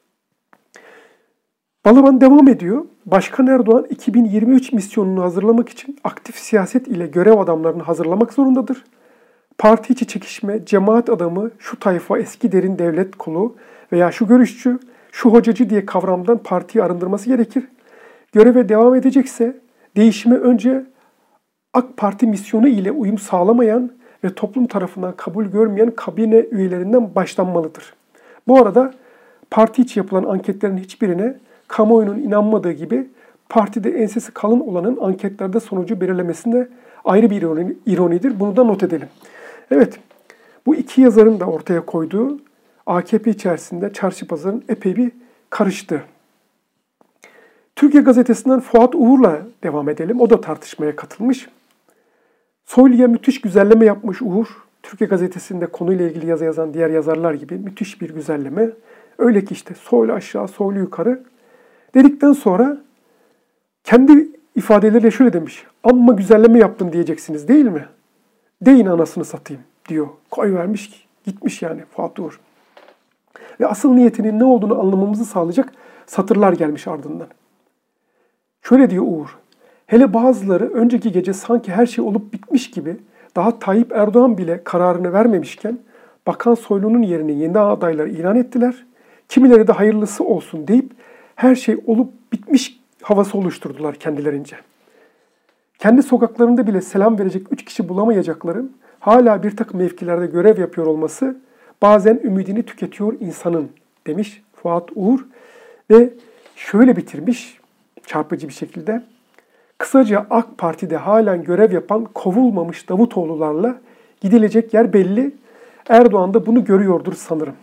Balaban devam ediyor. Başkan Erdoğan 2023 misyonunu hazırlamak için aktif siyaset ile görev adamlarını hazırlamak zorundadır. Parti içi çekişme, cemaat adamı, şu tayfa eski derin devlet kolu veya şu görüşçü, şu hocacı diye kavramdan partiyi arındırması gerekir. Göreve devam edecekse değişime önce AK Parti misyonu ile uyum sağlamayan ve toplum tarafından kabul görmeyen kabine üyelerinden başlanmalıdır. Bu arada parti içi yapılan anketlerin hiçbirine kamuoyunun inanmadığı gibi partide ensesi kalın olanın anketlerde sonucu belirlemesinde ayrı bir ironidir. Bunu da not edelim. Evet, bu iki yazarın da ortaya koyduğu AKP içerisinde çarşı pazarın epey bir karıştı. Türkiye Gazetesi'nden Fuat Uğur'la devam edelim. O da tartışmaya katılmış. Soylu'ya müthiş güzelleme yapmış Uğur. Türkiye Gazetesi'nde konuyla ilgili yazı yazan diğer yazarlar gibi müthiş bir güzelleme. Öyle ki işte Soylu aşağı, Soylu yukarı dedikten sonra kendi ifadeleriyle şöyle demiş. Amma güzelleme yaptın diyeceksiniz değil mi? Deyin anasını satayım diyor. Koyvermiş gitmiş yani Fuat Uğur. Ve asıl niyetinin ne olduğunu anlamamızı sağlayacak satırlar gelmiş ardından. Şöyle diyor Uğur. Hele bazıları önceki gece sanki her şey olup bitmiş gibi daha Tayyip Erdoğan bile kararını vermemişken Bakan Soylu'nun yerine yeni adayları ilan ettiler. Kimileri de hayırlısı olsun deyip her şey olup bitmiş havası oluşturdular kendilerince. Kendi sokaklarında bile selam verecek 3 kişi bulamayacakların hala bir takım mevkilerde görev yapıyor olması bazen ümidini tüketiyor insanın demiş Fuat Uğur. Ve şöyle bitirmiş çarpıcı bir şekilde. Kısaca AK Parti'de halen görev yapan kovulmamış Davutoğlularla gidilecek yer belli. Erdoğan da bunu görüyordur sanırım.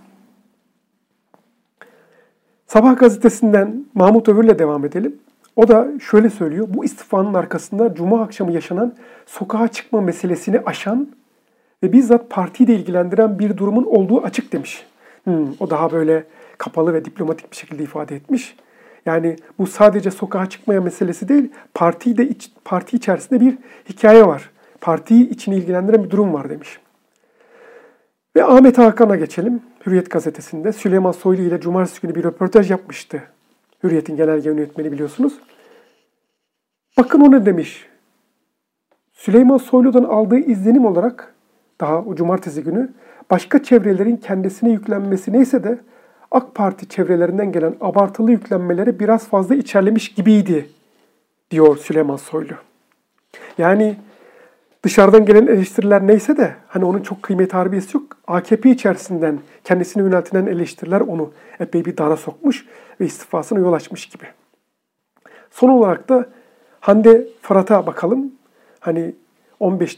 Sabah gazetesinden Mahmut Övür'le devam edelim. O da şöyle söylüyor. Bu istifanın arkasında Cuma akşamı yaşanan sokağa çıkma meselesini aşan ve bizzat partiyi de ilgilendiren bir durumun olduğu açık demiş. O daha böyle kapalı ve diplomatik bir şekilde ifade etmiş. Yani bu sadece sokağa çıkmaya meselesi değil, parti içerisinde bir hikaye var. Partiyi içini ilgilendiren bir durum var demiş. Ve Ahmet Hakan'a geçelim. Hürriyet gazetesinde Süleyman Soylu ile cumartesi günü bir röportaj yapmıştı. Hürriyet'in genel yönetmeni biliyorsunuz. Bakın o ne demiş. Süleyman Soylu'dan aldığı izlenim olarak daha o cumartesi günü başka çevrelerin kendisine yüklenmesi neyse de AK Parti çevrelerinden gelen abartılı yüklenmeleri biraz fazla içerlemiş gibiydi diyor Süleyman Soylu. Yani dışarıdan gelen eleştiriler neyse de hani onun çok kıymet harbiyesi yok. AKP içerisinden kendisine yöneltilen eleştiriler onu epey bir dara sokmuş ve istifasına yol açmış gibi. Son olarak da Hande Fırat'a bakalım. Hani 15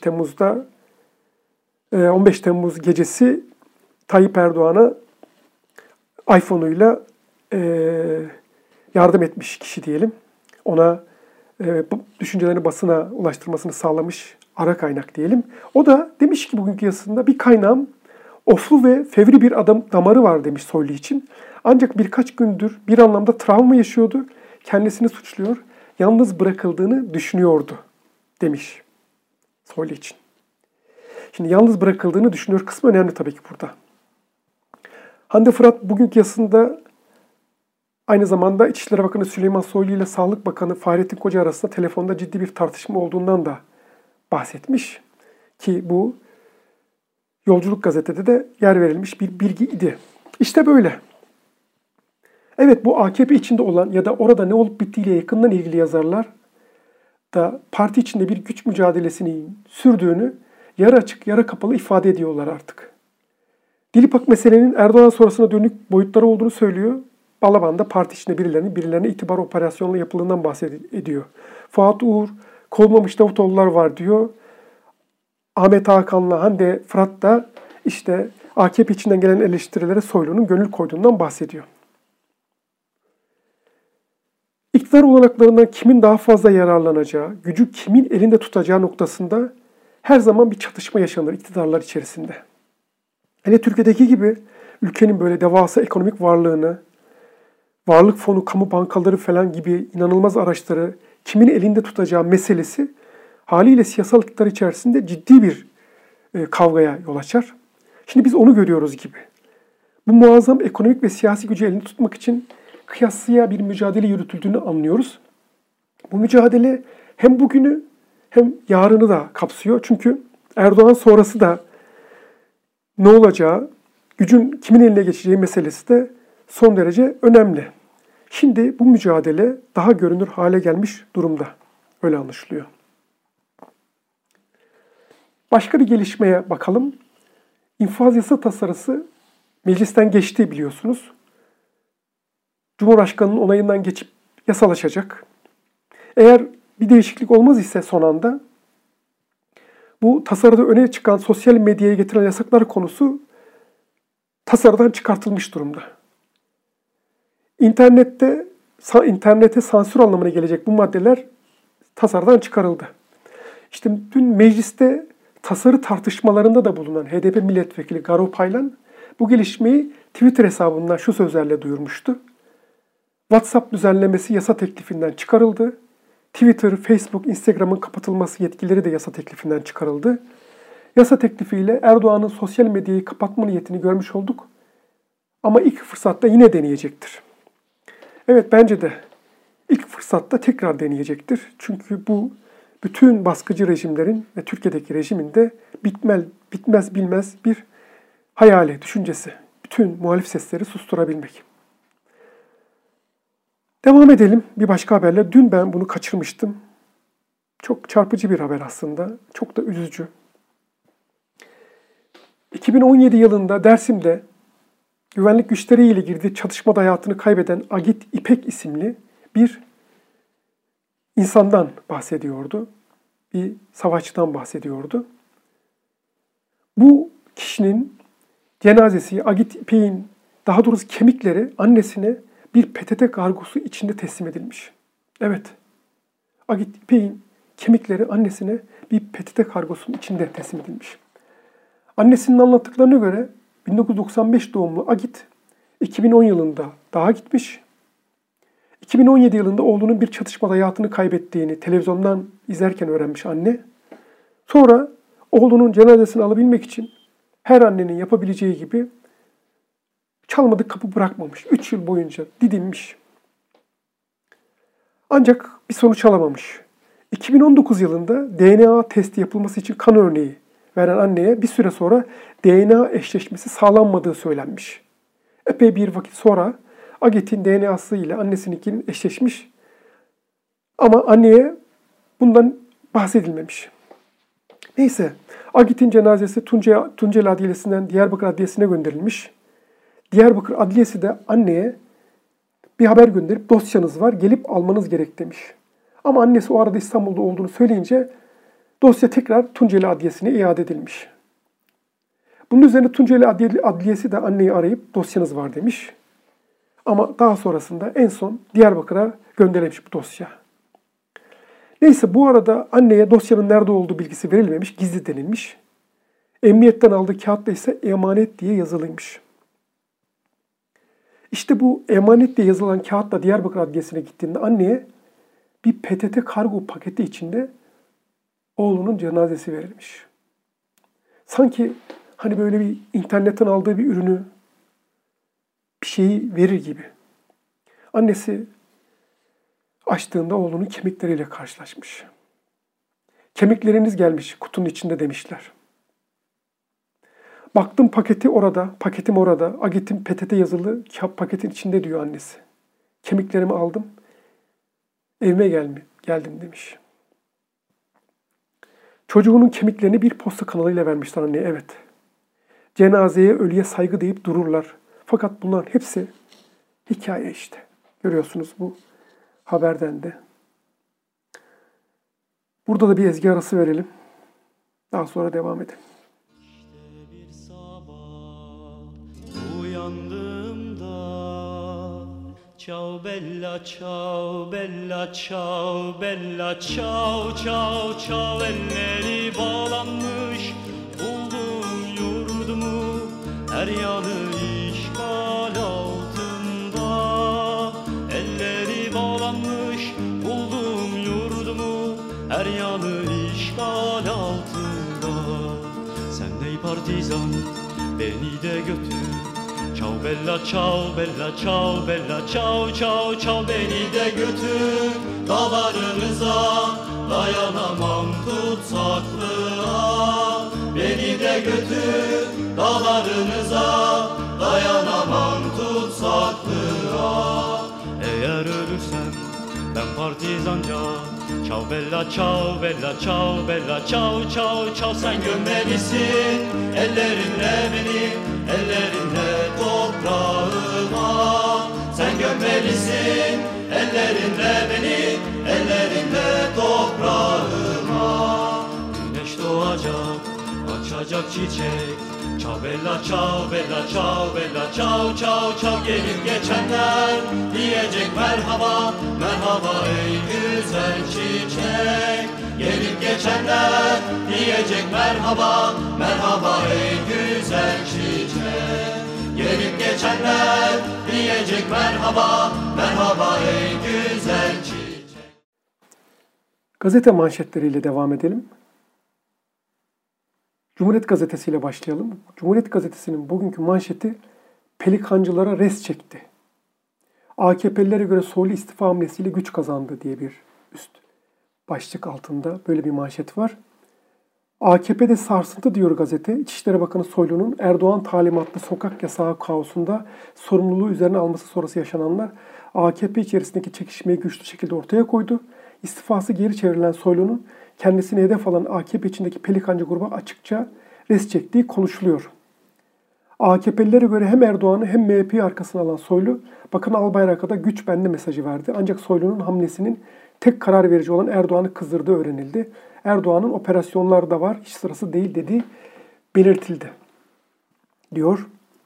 Temmuz gecesi Tayyip Erdoğan'a iPhone'uyla yardım etmiş kişi diyelim. Ona düşüncelerini basına ulaştırmasını sağlamış ara kaynak diyelim. O da demiş ki bugünkü yazısında bir kaynağım oflu ve fevri bir damarı var demiş Soylu için. Ancak birkaç gündür bir anlamda travma yaşıyordu. Kendisini suçluyor. Yalnız bırakıldığını düşünüyordu demiş Soylu için. Şimdi yalnız bırakıldığını düşünüyor kısmı önemli tabii ki burada. Hande Fırat bugünkü yazısında aynı zamanda İçişleri Bakanı Süleyman Soylu ile Sağlık Bakanı Fahrettin Koca arasında telefonda ciddi bir tartışma olduğundan da bahsetmiş. Ki bu Yolculuk Gazete'de de yer verilmiş bir bilgi idi. İşte böyle. Evet bu AKP içinde olan ya da orada ne olup bittiğiyle yakından ilgili yazarlar da parti içinde bir güç mücadelesini sürdüğünü yarı açık yarı kapalı ifade ediyorlar artık. Dilipak meselenin Erdoğan sonrasına dönük boyutları olduğunu söylüyor. Balaban da parti içinde birilerine itibar operasyonla yapıldığından bahsediyor. Fuat Uğur, kovulmamış Davutoğlular var diyor. Ahmet Hakan'la Hande Fırat da işte AKP içinden gelen eleştirilere Soylu'nun gönül koyduğundan bahsediyor. İktidar olanaklarından kimin daha fazla yararlanacağı, gücü kimin elinde tutacağı noktasında her zaman bir çatışma yaşanır iktidarlar içerisinde. Hele Türkiye'deki gibi ülkenin böyle devasa ekonomik varlığını, varlık fonu, kamu bankaları falan gibi inanılmaz araçları kimin elinde tutacağı meselesi haliyle siyasal iktidar içerisinde ciddi bir kavgaya yol açar. Şimdi biz onu görüyoruz gibi. Bu muazzam ekonomik ve siyasi gücü elinde tutmak için kıyasıya bir mücadele yürütüldüğünü anlıyoruz. Bu mücadele hem bugünü hem yarını da kapsıyor. Çünkü Erdoğan sonrası da ne olacağı, gücün kimin eline geçeceği meselesi de son derece önemli. Şimdi bu mücadele daha görünür hale gelmiş durumda. Öyle anlaşılıyor. Başka bir gelişmeye bakalım. İnfaz yasa tasarısı meclisten geçti biliyorsunuz. Cumhurbaşkanının onayından geçip yasalaşacak. Eğer bir değişiklik olmaz ise son anda bu tasarıda öne çıkan sosyal medyaya getirilen yasaklar konusu tasarıdan çıkartılmış durumda. İnternete sansür anlamına gelecek bu maddeler tasarıdan çıkarıldı. İşte dün mecliste tasarı tartışmalarında da bulunan HDP milletvekili Garo Paylan bu gelişmeyi Twitter hesabından şu sözlerle duyurmuştu. WhatsApp düzenlemesi yasa teklifinden çıkarıldı. Twitter, Facebook, Instagram'ın kapatılması yetkileri de yasa teklifinden çıkarıldı. Yasa teklifiyle Erdoğan'ın sosyal medyayı kapatma niyetini görmüş olduk. Ama ilk fırsatta yine deneyecektir. Evet, bence de ilk fırsatta tekrar deneyecektir. Çünkü bu bütün baskıcı rejimlerin ve Türkiye'deki rejimin de bitmez bilmez bir hayali, düşüncesi. Bütün muhalif sesleri susturabilmek. Devam edelim bir başka haberle. Dün ben bunu kaçırmıştım. Çok çarpıcı bir haber aslında. Çok da üzücü. 2017 yılında Dersim'de güvenlik güçleriyle girdiği çatışmada hayatını kaybeden Agit İpek isimli bir insandan bahsediyordu. Bir savaşçıdan bahsediyordu. Bu kişinin cenazesi, Agit İpek'in daha doğrusu kemikleri annesine bir PTT kargosu içinde teslim edilmiş. Evet, Agit İpek'in kemikleri annesine bir PTT kargosunun içinde teslim edilmiş. Annesinin anlattıklarına göre 1995 doğumlu Agit 2010 yılında dağa gitmiş. 2017 yılında oğlunun bir çatışmada hayatını kaybettiğini televizyondan izlerken öğrenmiş anne. Sonra oğlunun cenazesini alabilmek için her annenin yapabileceği gibi çalmadık kapı bırakmamış. 3 yıl boyunca didinmiş. Ancak bir sonuç alamamış. 2019 yılında DNA testi yapılması için kan örneği veren anneye bir süre sonra DNA eşleşmesi sağlanmadığı söylenmiş. Epey bir vakit sonra Agit'in DNA'sı ile annesinkinin eşleşmiş ama anneye bundan bahsedilmemiş. Neyse, Agit'in cenazesi Tunceli Adliyesi'nden Diyarbakır Adliyesi'ne gönderilmiş. Diyarbakır Adliyesi de anneye bir haber gönderip dosyanız var, gelip almanız gerek demiş. Ama annesi o arada İstanbul'da olduğunu söyleyince dosya tekrar Tunceli Adliyesi'ne iade edilmiş. Bunun üzerine Tunceli Adliyesi de anneyi arayıp dosyanız var demiş. Ama daha sonrasında en son Diyarbakır'a gönderilmiş bu dosya. Neyse, bu arada anneye dosyanın nerede olduğu bilgisi verilmemiş, gizli denilmiş. Emniyetten aldığı kağıtta ise emanet diye yazılıymış. İşte bu emanet diye yazılan kağıtla Diyarbakır Adliyesi'ne gittiğinde anneye bir PTT kargo paketi içinde oğlunun cenazesi verilmiş. Sanki hani böyle bir internetten aldığı bir ürünü, bir şeyi verir gibi. Annesi açtığında oğlunun kemikleriyle karşılaşmış. Kemikleriniz gelmiş kutunun içinde demişler. Baktım paketim orada. Agit'in PTT yazılı paketin içinde diyor annesi. Kemiklerimi aldım, evime geldim demiş. Çocuğunun kemiklerini bir posta kanalıyla vermişler anneye, evet. Cenazeye, ölüye saygı deyip dururlar. Fakat bunların hepsi hikaye işte. Görüyorsunuz bu haberden de. Burada da bir ezgi arası verelim. Daha sonra devam edelim. İşte bir sabah uyandığımda ciao bella ciao bella ciao bella ciao ciao ciao elleri bağlanmış buldum yurdumu her yanı işgal altında elleri bağlanmış buldum yurdumu her yanı işgal altında sen ey partizan beni de götür ciao bella ciao bella ciao bella ciao ciao ciao beni de götür dağlarınıza dayanamam tutsaklığa beni de götür dağlarınıza dayanamam tutsaklığa Eğer ölürsem ben partizanca, ciao bella ciao bella ciao bella ciao ciao ciao. Sen gömmelisin ellerinle beni, ellerinle toprağıma. Sen gömmelisin ellerinle beni, ellerinle toprağıma. Güneş doğacak, açacak çiçek. Ciao bella ciao bella ciao bella ciao ciao ciao. Gelip geçenler diyecek merhaba, merhaba ey güzel çiçek. Gelip geçenler diyecek merhaba, merhaba ey güzel çiçek. Gelip geçenler diyecek merhaba, merhaba ey güzel çiçek. Gazete manşetleriyle devam edelim. Cumhuriyet Gazetesi ile başlayalım. Cumhuriyet Gazetesi'nin bugünkü manşeti pelikancılara res çekti. AKP'lilere göre Soylu istifa hamlesiyle güç kazandı diye bir üst başlık altında böyle bir manşet var. AKP'de sarsıntı diyor gazete. İçişleri Bakanı Soylu'nun Erdoğan talimatlı sokak yasağı kaosunda sorumluluğu üzerine alması sonrası yaşananlar AKP içerisindeki çekişmeyi güçlü şekilde ortaya koydu. İstifası geri çevrilen Soylu'nun kendisine hedef alan AKP içindeki pelikancı gruba açıkça res çektiği konuşuluyor. AKP'lilere göre hem Erdoğan'ı hem MHP'yi arkasına alan Soylu, Bakan Albayrak'a da güç bende mesajı verdi. Ancak Soylu'nun hamlesinin tek karar verici olan Erdoğan'ı kızdırdığı öğrenildi. Erdoğan'ın operasyonlarda var, hiç sırası değil dediği belirtildi. Diyor.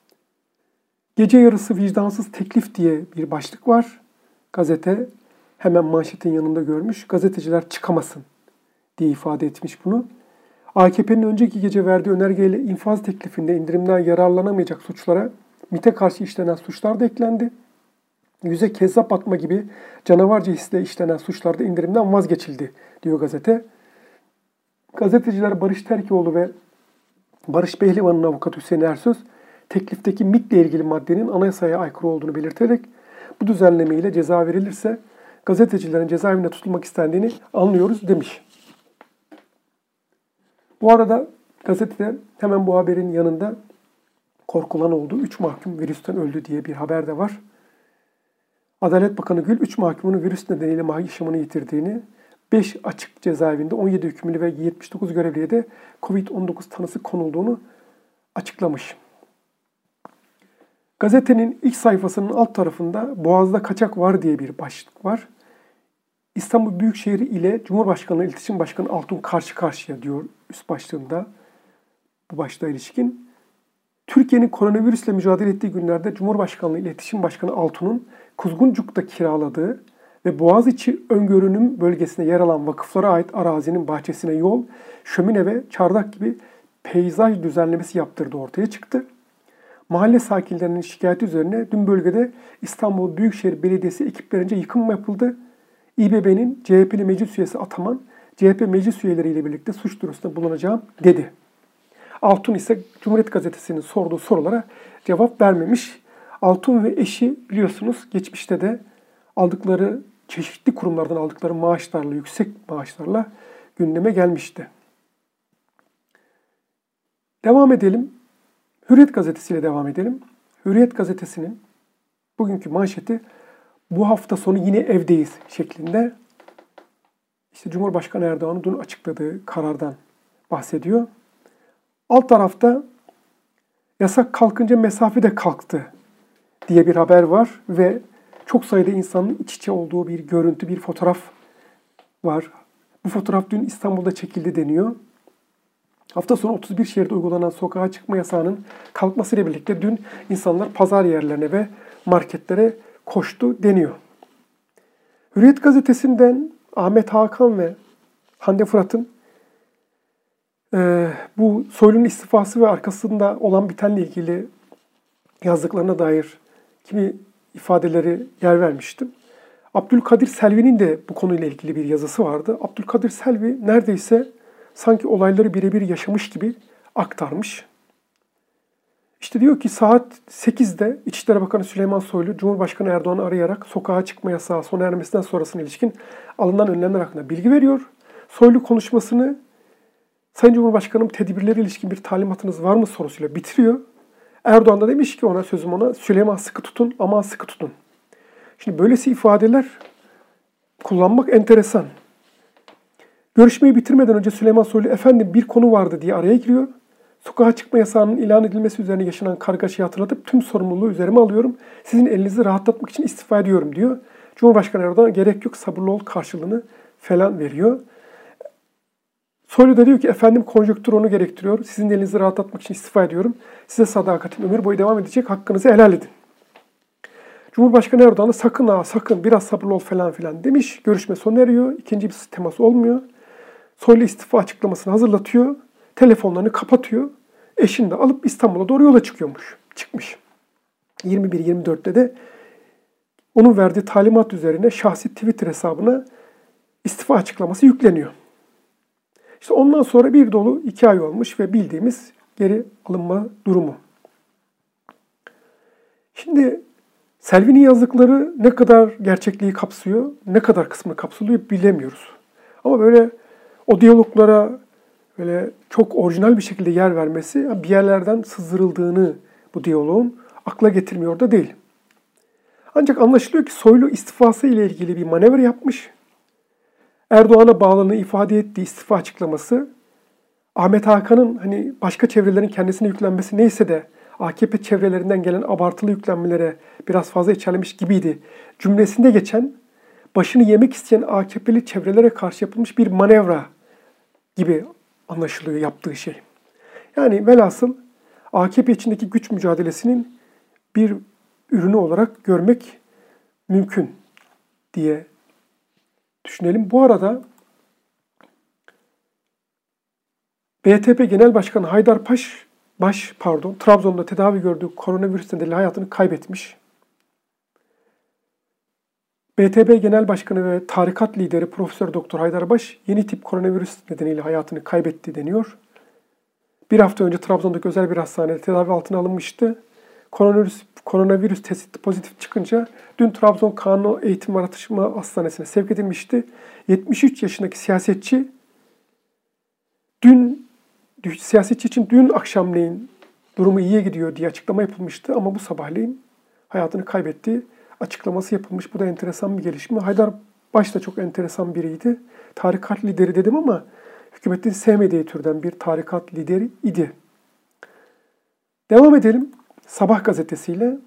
Gece yarısı vicdansız teklif diye bir başlık var. Gazete hemen manşetin yanında görmüş. Gazeteciler çıkamasın diye ifade etmiş bunu. AKP'nin önceki gece verdiği önergeyle infaz teklifinde indirimden yararlanamayacak suçlara MİT'e karşı işlenen suçlar da eklendi. Yüze kezzap atma gibi canavarca hisle işlenen suçlarda indirimden vazgeçildi diyor gazete. Gazeteciler Barış Terkioğlu ve Barış Behlivan'ın avukatı Hüseyin Ersöz, teklifteki MİT'le ilgili maddenin anayasaya aykırı olduğunu belirterek bu düzenlemeyle ceza verilirse gazetecilerin cezaevinde tutulmak istendiğini anlıyoruz demiş. Bu arada gazetede hemen bu haberin yanında korkulan olduğu 3 mahkum virüsten öldü diye bir haber de var. Adalet Bakanı Gül 3 mahkumunun virüs nedeniyle yaşamını yitirdiğini, 5 açık cezaevinde 17 hükümlü ve 79 görevliye de Covid-19 tanısı konulduğunu açıklamış. Gazetenin ilk sayfasının alt tarafında Boğaz'da kaçak var diye bir başlık var. İstanbul Büyükşehir ile Cumhurbaşkanı İletişim Başkanı Altun karşı karşıya diyor üst başlığında bu başlığa ilişkin. Türkiye'nin koronavirüsle mücadele ettiği günlerde Cumhurbaşkanlığı İletişim Başkanı Altun'un Kuzguncuk'ta kiraladığı ve Boğaziçi Öngörünüm bölgesine yer alan vakıflara ait arazinin bahçesine yol, şömine ve çardak gibi peyzaj düzenlemesi yaptırdığı ortaya çıktı. Mahalle sakinlerinin şikayeti üzerine dün bölgede İstanbul Büyükşehir Belediyesi ekiplerince yıkım yapıldı. İBB'nin CHP'li meclis üyesi Ataman, CHP meclis üyeleriyle birlikte suç duyurusunda bulunacağım dedi. Altun ise Cumhuriyet Gazetesi'nin sorduğu sorulara cevap vermemiş. Altun ve eşi biliyorsunuz geçmişte de aldıkları çeşitli kurumlardan aldıkları maaşlarla, yüksek maaşlarla gündeme gelmişti. Devam edelim. Hürriyet Gazetesi ile devam edelim. Hürriyet Gazetesi'nin bugünkü manşeti bu hafta sonu yine evdeyiz şeklinde. İşte Cumhurbaşkanı Erdoğan'ın dün açıkladığı karardan bahsediyor. Alt tarafta yasak kalkınca mesafe de kalktı diye bir haber var ve çok sayıda insanın iç içe olduğu bir görüntü, bir fotoğraf var. Bu fotoğraf dün İstanbul'da çekildi deniyor. Hafta sonu 31 şehirde uygulanan sokağa çıkma yasağının kalkmasıyla birlikte dün insanlar pazar yerlerine ve marketlere koştu deniyor. Hürriyet Gazetesi'nden Ahmet Hakan ve Hande Fırat'ın bu Soylu'nun istifası ve arkasında olan bitenle ilgili yazdıklarına dair kimi ifadeleri yer vermiştim. Abdülkadir Selvi'nin de bu konuyla ilgili bir yazısı vardı. Abdülkadir Selvi neredeyse sanki olayları birebir yaşamış gibi aktarmış. İşte diyor ki saat 8'de İçişleri Bakanı Süleyman Soylu, Cumhurbaşkanı Erdoğan'ı arayarak sokağa çıkma yasağı sona ermesinden sonrasına ilişkin alınan önlemler hakkında bilgi veriyor. Soylu konuşmasını Sayın Cumhurbaşkanım tedbirlere ilişkin bir talimatınız var mı sorusuyla bitiriyor. Erdoğan da demiş ki sözüm ona Süleyman sıkı tutun, aman sıkı tutun. Şimdi böylesi ifadeler kullanmak enteresan. Görüşmeyi bitirmeden önce Süleyman Soylu, efendim bir konu vardı diye araya giriyor. Sokağa çıkma yasağının ilan edilmesi üzerine yaşanan kargaşayı hatırlatıp tüm sorumluluğu üzerime alıyorum. Sizin elinizi rahatlatmak için istifa ediyorum diyor. Cumhurbaşkanı Erdoğan gerek yok, sabırlı ol karşılığını falan veriyor. Soylu da diyor ki efendim konjonktür onu gerektiriyor. Sizin elinizi rahatlatmak için istifa ediyorum. Size sadakatim ömür boyu devam edecek, hakkınızı helal edin. Cumhurbaşkanı Erdoğan da sakın ha sakın biraz sabırlı ol falan filan demiş. Görüşme sona eriyor. İkinci bir temas olmuyor. Soylu istifa açıklamasını hazırlatıyor. Telefonlarını kapatıyor. Eşini de alıp İstanbul'a doğru yola çıkmış. 21-24'te de onun verdiği talimat üzerine şahsi Twitter hesabına istifa açıklaması yükleniyor. İşte ondan sonra bir dolu 2 ay olmuş ve bildiğimiz geri alınma durumu. Şimdi Selvi'nin yazdıkları ne kadar gerçekliği kapsıyor, ne kadar kısmını kapsıyor bilemiyoruz. Ama böyle o diyaloglara böyle çok orijinal bir şekilde yer vermesi bir yerlerden sızdırıldığını bu diyaloğun akla getirmiyor da değil. Ancak anlaşılıyor ki Soylu istifası ile ilgili bir manevra yapmış. Erdoğan'a bağlılığını ifade ettiği istifa açıklaması Ahmet Hakan'ın hani başka çevrelerin kendisine yüklenmesi neyse de AKP çevrelerinden gelen abartılı yüklenmelere biraz fazla içerlemiş gibiydi cümlesinde geçen başını yemek isteyen AKP'li çevrelere karşı yapılmış bir manevra gibi anlaşılıyor yaptığı şey. Yani velhasıl AKP içindeki güç mücadelesinin bir ürünü olarak görmek mümkün diye düşünelim. Bu arada BTP Genel Başkanı Haydarpaş Trabzon'da tedavi gördüğü koronavirüs nedeniyle hayatını kaybetmiş. BTP Genel Başkanı ve tarikat lideri Profesör Doktor Haydarbaş yeni tip koronavirüs nedeniyle hayatını kaybetti deniyor. Bir hafta önce Trabzon'daki özel bir hastanede tedavi altına alınmıştı. Koronavirüs testi pozitif çıkınca dün Trabzon Kanun Eğitim ve Araştırma Hastanesi'ne sevk edilmişti. 73 yaşındaki siyasetçi için dün akşamleyin durumu iyiye gidiyor diye açıklama yapılmıştı ama bu sabahleyin hayatını kaybetti. Açıklaması yapılmış. Bu da enteresan bir gelişme. Haydarbaş da çok enteresan biriydi. Tarikat lideri dedim ama hükümetin sevmediği türden bir tarikat lideri idi. Devam edelim. Sabah gazetesiyle.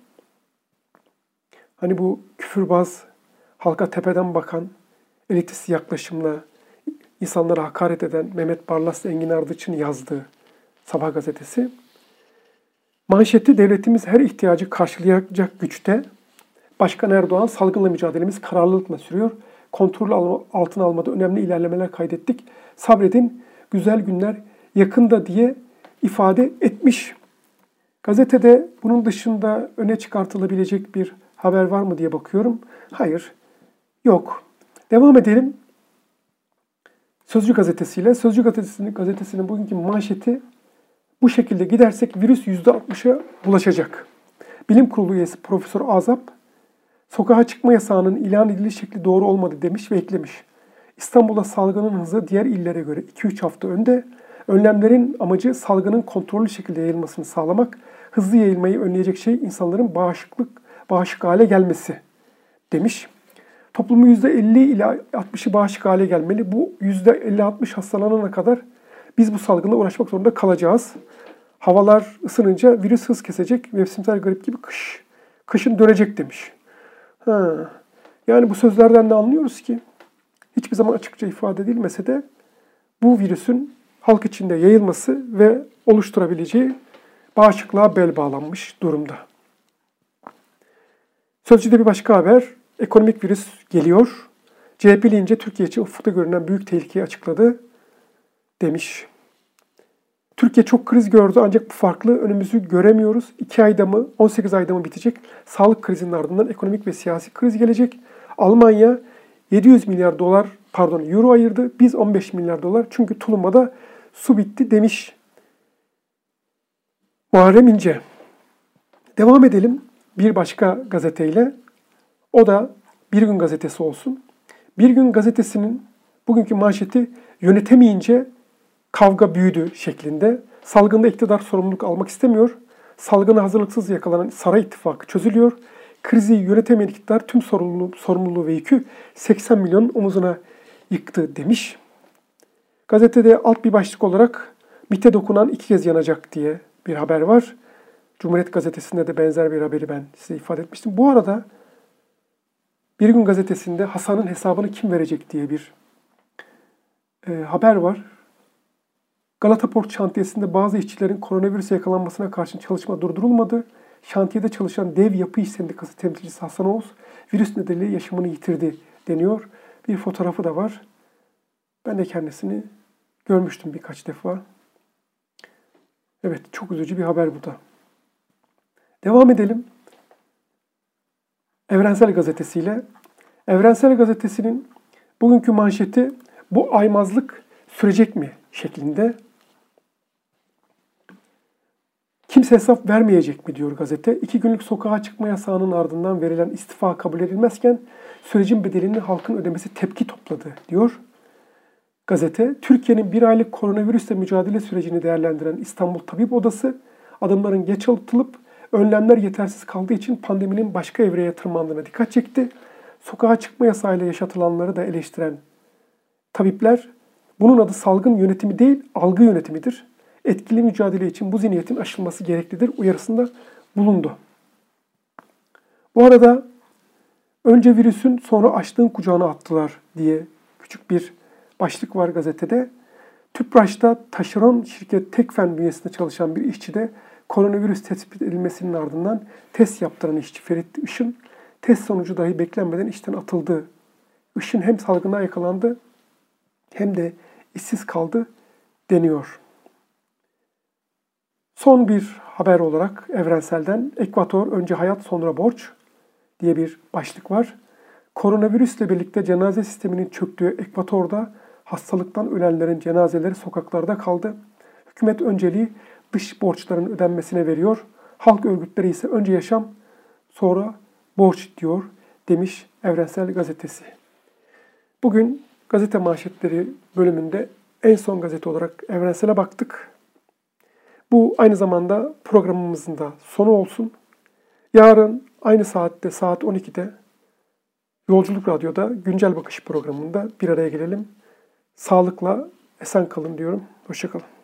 Hani bu küfürbaz, halka tepeden bakan, elitist yaklaşımla insanlara hakaret eden Mehmet Barlas'la Engin Ardıç'ın yazdığı Sabah gazetesi. Manşeti devletimiz her ihtiyacı karşılayacak güçte. Başkan Erdoğan salgınla mücadelemiz kararlılıkla sürüyor. Kontrol altına almada önemli ilerlemeler kaydettik. Sabredin, güzel günler yakında diye ifade etmiş. Gazetede bunun dışında öne çıkartılabilecek bir haber var mı diye bakıyorum. Hayır, yok. Devam edelim. Sözcü gazetesiyle. Sözcü gazetesinin bugünkü manşeti bu şekilde gidersek virüs %60'a bulaşacak. Bilim Kurulu üyesi Profesör Azap, sokağa çıkma yasağının ilan edildiği şekli doğru olmadı demiş ve eklemiş. İstanbul'da salgının hızı diğer illere göre 2-3 hafta önde. Önlemlerin amacı salgının kontrollü şekilde yayılmasını sağlamak. Hızlı yayılmayı önleyecek şey insanların bağışık hale gelmesi demiş. Toplumun %50 ile 60'ı bağışık hale gelmeli. Bu %50-60 hastalanana kadar biz bu salgınla uğraşmak zorunda kalacağız. Havalar ısınınca virüs hız kesecek. Mevsimsel grip gibi kışın dönecek demiş. Yani bu sözlerden de anlıyoruz ki hiçbir zaman açıkça ifade edilmese de bu virüsün halk içinde yayılması ve oluşturabileceği bağışıklığa bel bağlanmış durumda. Sözcü'de bir başka haber. Ekonomik virüs geliyor. CHP'li İnce Türkiye için ufukta görünen büyük tehlikeyi açıkladı demiş. Türkiye çok kriz gördü ancak bu farklı. Önümüzü göremiyoruz. 2 ayda mı, 18 ayda mı bitecek? Sağlık krizinin ardından ekonomik ve siyasi kriz gelecek. Almanya 700 milyar euro ayırdı. Biz 15 milyar dolar. Çünkü tulumada su bitti demiş Muharrem İnce. Devam edelim bir başka gazeteyle. O da Bir Gün Gazetesi olsun. Bir Gün Gazetesi'nin bugünkü manşeti yönetemeyince kavga büyüdü şeklinde. Salgında iktidar sorumluluk almak istemiyor. Salgına hazırlıksız yakalanan Saray İttifakı çözülüyor. Krizi yönetemeyen iktidar tüm sorumluluğu ve yükü 80 milyon omuzuna yıktı demiş. Gazetede alt bir başlık olarak MİT'e dokunan 2 kez yanacak diye bir haber var. Cumhuriyet Gazetesi'nde de benzer bir haberi ben size ifade etmiştim. Bu arada Bir Gün Gazetesi'nde Hasan'ın hesabını kim verecek diye bir haber var. Galata Port Şantiyesi'nde bazı işçilerin koronavirüse yakalanmasına karşı çalışma durdurulmadı. Şantiyede çalışan Dev Yapı İş Sendikası temsilcisi Hasan Oğuz virüs nedeniyle yaşamını yitirdi deniyor. Bir fotoğrafı da var. Ben de kendisini görmüştüm birkaç defa. Evet, çok üzücü bir haber bu da. Devam edelim. Evrensel Gazetesi'yle. Evrensel Gazetesi'nin bugünkü manşeti bu aymazlık sürecek mi şeklinde. Kimse hesap vermeyecek mi diyor gazete. 2 günlük sokağa çıkma yasağının ardından verilen istifa kabul edilmezken sürecin bedelini halkın ödemesi tepki topladı diyor. Gazete, Türkiye'nin 1 aylık koronavirüsle mücadele sürecini değerlendiren İstanbul Tabip Odası, adımların geç atılıp önlemler yetersiz kaldığı için pandeminin başka evreye tırmandığına dikkat çekti. Sokağa çıkma yasağıyla yaşatılanları da eleştiren tabipler, bunun adı salgın yönetimi değil, algı yönetimidir. Etkili mücadele için bu zihniyetin aşılması gereklidir uyarısında bulundu. Bu arada önce virüsün sonra açlığın kucağına attılar diye küçük bir başlık var gazetede. Tüpraş'ta taşeron şirket Tekfen bünyesinde çalışan bir işçi de koronavirüs tespit edilmesinin ardından test yaptıran işçi Ferit Işın, test sonucu dahi beklenmeden işten atıldı. Işın hem salgına yakalandı hem de işsiz kaldı deniyor. Son bir haber olarak Evrensel'den Ekvator önce hayat sonra borç diye bir başlık var. Koronavirüsle birlikte cenaze sisteminin çöktüğü Ekvator'da hastalıktan ölenlerin cenazeleri sokaklarda kaldı. Hükümet önceliği dış borçların ödenmesine veriyor. Halk örgütleri ise önce yaşam sonra borç diyor demiş Evrensel Gazetesi. Bugün gazete manşetleri bölümünde en son gazete olarak Evrensel'e baktık. Bu aynı zamanda programımızın da sonu olsun. Yarın aynı saatte saat 12'de Yolculuk Radyo'da Güncel Bakış programında bir araya gelelim. Sağlıkla esen kalın diyorum. Hoşça kalın.